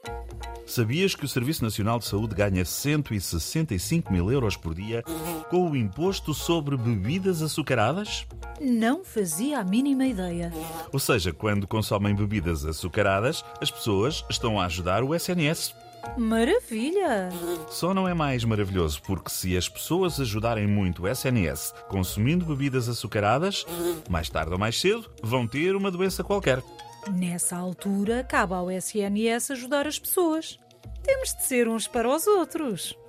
Sabias que o Serviço Nacional de Saúde ganha 165 mil euros por dia com o imposto sobre bebidas açucaradas? Não fazia a mínima ideia. Ou seja, quando consomem bebidas açucaradas, as pessoas estão a ajudar o SNS. Maravilha! Só não é mais maravilhoso porque se as pessoas ajudarem muito o SNS consumindo bebidas açucaradas, mais tarde ou mais cedo vão ter uma doença qualquer. Nessa altura, cabe ao SNS ajudar as pessoas. Temos de ser uns para os outros.